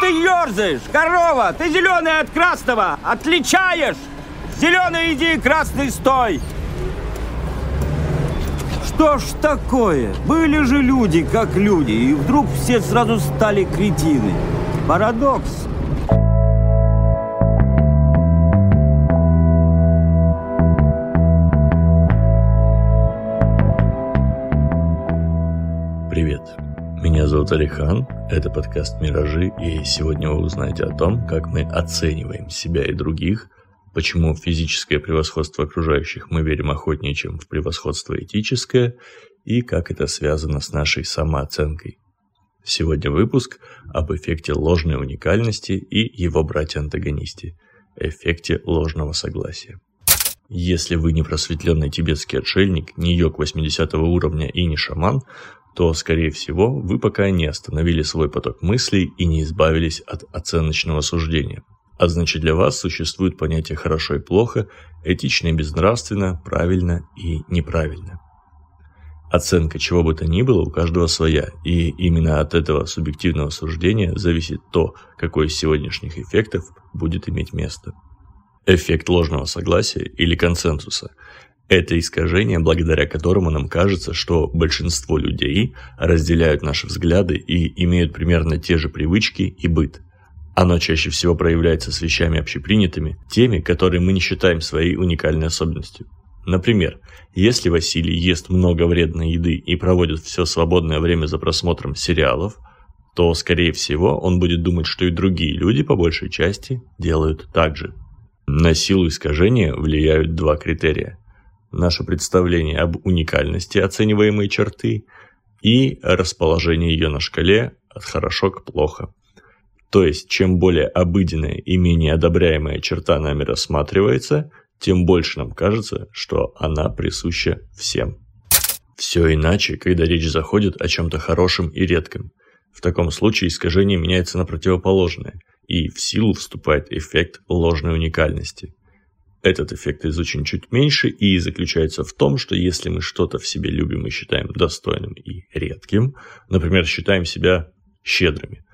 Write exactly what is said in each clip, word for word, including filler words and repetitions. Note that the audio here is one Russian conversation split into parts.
ты ерзаешь? Корова, ты зеленый от красного отличаешь? Зеленый иди, красный стой. Что ж такое? Были же люди как люди, и вдруг все сразу стали кретины. Парадокс. Привет, меня зовут Алихан, это подкаст «Миражи», и сегодня вы узнаете о том, как мы оцениваем себя и других, почему в физическое превосходство окружающих мы верим охотнее, чем в превосходство этическое, и как это связано с нашей самооценкой. Сегодня выпуск об эффекте ложной уникальности и его братья-антагонисте – эффекте ложного согласия. Если вы не просветленный тибетский отшельник, не йог восьмидесятого уровня и не шаман, то, скорее всего, вы пока не остановили свой поток мыслей и не избавились от оценочного суждения. А значит, для вас существует понятие «хорошо» и «плохо», «этично» и «безнравственно», «правильно» и «неправильно». Оценка чего бы то ни было у каждого своя, и именно от этого субъективного суждения зависит то, какой из сегодняшних эффектов будет иметь место. Эффект ложного согласия или консенсуса – это искажение, благодаря которому нам кажется, что большинство людей разделяют наши взгляды и имеют примерно те же привычки и быт. Оно чаще всего проявляется с вещами общепринятыми, теми, которые мы не считаем своей уникальной особенностью. Например, если Василий ест много вредной еды и проводит все свободное время за просмотром сериалов, то, скорее всего, он будет думать, что и другие люди, по большей части, делают так же. На силу искажения влияют два критерия. Наше представление об уникальности оцениваемой черты и расположение ее на шкале от хорошо к плохо. То есть, чем более обыденная и менее одобряемая черта нами рассматривается, тем больше нам кажется, что она присуща всем. Все иначе, когда речь заходит о чем-то хорошем и редком. В таком случае искажение меняется на противоположное, и в силу вступает эффект ложной уникальности. Этот эффект изучен чуть меньше и заключается в том, что если мы что-то в себе любим и считаем достойным и редким, например, считаем себя щедрыми,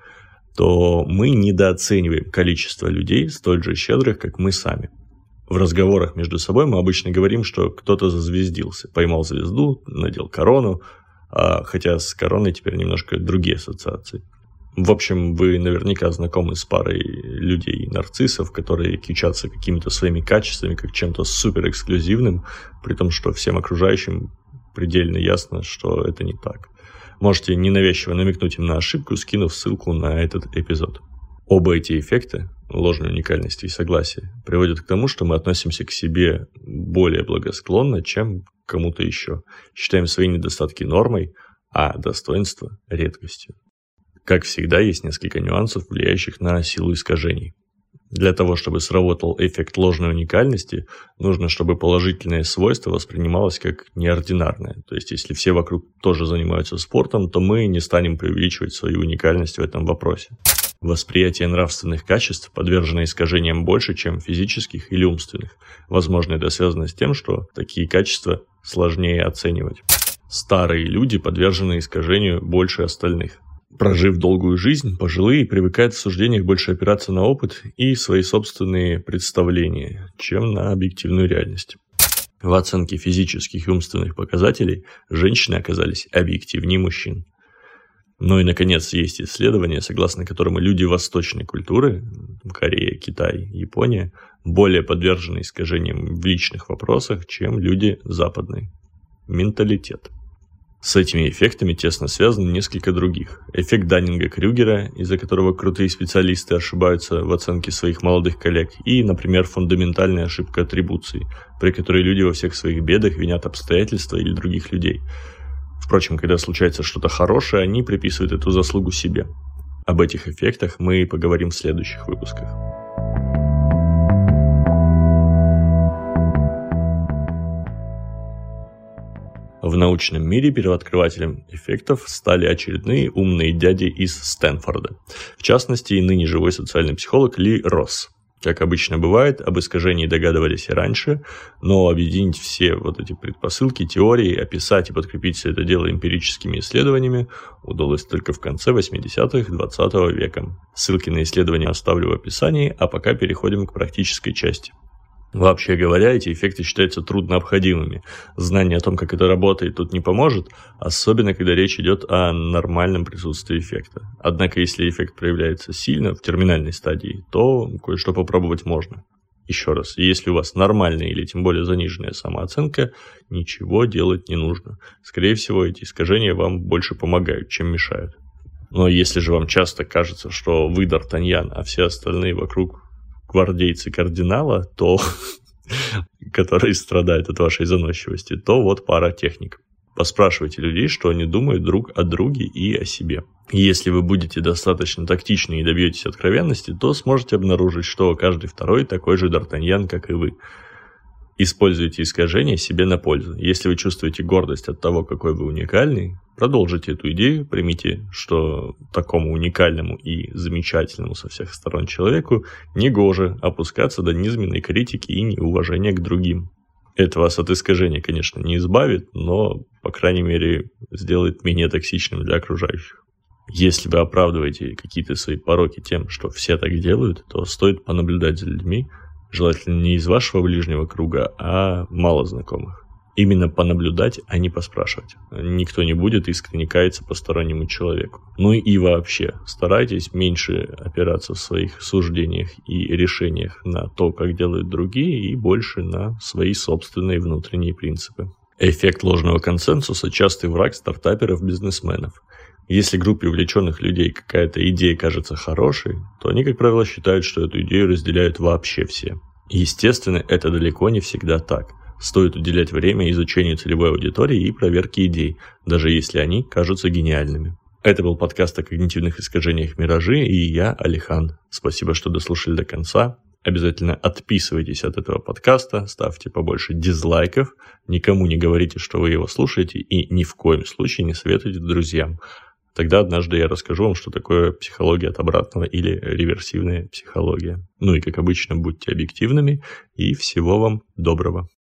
то мы недооцениваем количество людей, столь же щедрых, как мы сами. В разговорах между собой мы обычно говорим, что кто-то зазвездился, поймал звезду, надел корону, а хотя с короной теперь немножко другие ассоциации. В общем, вы наверняка знакомы с парой людей-нарциссов, которые кичатся какими-то своими качествами, как чем-то суперэксклюзивным, при том, что всем окружающим предельно ясно, что это не так. Можете ненавязчиво намекнуть им на ошибку, скинув ссылку на этот эпизод. Оба эти эффекта, ложной уникальности и согласия, приводят к тому, что мы относимся к себе более благосклонно, чем к кому-то еще. Считаем свои недостатки нормой, а достоинства – редкостью. Как всегда, есть несколько нюансов, влияющих на силу искажений. Для того, чтобы сработал эффект ложной уникальности, нужно, чтобы положительное свойство воспринималось как неординарное. То есть, если все вокруг тоже занимаются спортом, то мы не станем преувеличивать свою уникальность в этом вопросе. Восприятие нравственных качеств подвержено искажениям больше, чем физических или умственных. Возможно, это связано с тем, что такие качества сложнее оценивать. Старые люди подвержены искажению больше остальных. Прожив долгую жизнь, пожилые привыкают в суждениях больше опираться на опыт и свои собственные представления, чем на объективную реальность. В оценке физических и умственных показателей женщины оказались объективнее мужчин. Ну и, наконец, есть исследования, согласно которым люди восточной культуры, Корея, Китай, Япония, более подвержены искажениям в личных вопросах, чем люди западной. Менталитет. С этими эффектами тесно связаны несколько других. Эффект Даннинга-Крюгера, из-за которого крутые специалисты ошибаются в оценке своих молодых коллег, и, например, фундаментальная ошибка атрибуции, при которой люди во всех своих бедах винят обстоятельства или других людей. Впрочем, когда случается что-то хорошее, они приписывают эту заслугу себе. Об этих эффектах мы поговорим в следующих выпусках. В научном мире первооткрывателем эффектов стали очередные умные дяди из Стэнфорда. В частности, ныне живой социальный психолог Ли Росс. Как обычно бывает, об искажении догадывались и раньше, но объединить все вот эти предпосылки, теории, описать и подкрепить все это дело эмпирическими исследованиями удалось только в конце восьмидесятых двадцатого века. Ссылки на исследования оставлю в описании, а пока переходим к практической части. Вообще говоря, эти эффекты считаются труднообходимыми. Знание о том, как это работает, тут не поможет, особенно когда речь идет о нормальном присутствии эффекта. Однако, если эффект проявляется сильно, в терминальной стадии, то кое-что попробовать можно. Еще раз, если у вас нормальная или тем более заниженная самооценка, ничего делать не нужно. Скорее всего, эти искажения вам больше помогают, чем мешают. Но если же вам часто кажется, что вы Д'Артаньян, а все остальные вокруг гвардейцы кардинала, то, которые страдают от вашей заносчивости, то вот пара техник. Поспрашивайте людей, что они думают друг о друге и о себе. И если вы будете достаточно тактичны и добьетесь откровенности, то сможете обнаружить, что каждый второй такой же Д'Артаньян, как и вы. Используйте искажения себе на пользу. Если вы чувствуете гордость от того, какой вы уникальный, продолжите эту идею, примите, что такому уникальному и замечательному со всех сторон человеку негоже опускаться до низменной критики и неуважения к другим. Это вас от искажения, конечно, не избавит, но, по крайней мере, сделает менее токсичным для окружающих. Если вы оправдываете какие-то свои пороки тем, что все так делают, то стоит понаблюдать за людьми, желательно не из вашего ближнего круга, а мало знакомых. Именно понаблюдать, а не поспрашивать. Никто не будет искренне каяться постороннему человеку. Ну и вообще, старайтесь меньше опираться в своих суждениях и решениях на то, как делают другие, и больше на свои собственные внутренние принципы. Эффект ложного консенсуса – частый враг стартаперов-бизнесменов. Если группе увлеченных людей какая-то идея кажется хорошей, то они, как правило, считают, что эту идею разделяют вообще все. Естественно, это далеко не всегда так. Стоит уделять время изучению целевой аудитории и проверке идей, даже если они кажутся гениальными. Это был подкаст о когнитивных искажениях «Миражи», и я, Алихан. Спасибо, что дослушали до конца. Обязательно отписывайтесь от этого подкаста, ставьте побольше дизлайков, никому не говорите, что вы его слушаете, и ни в коем случае не советуйте друзьям. Тогда однажды я расскажу вам, что такое психология от обратного или реверсивная психология. Ну и, как обычно, будьте объективными, и всего вам доброго.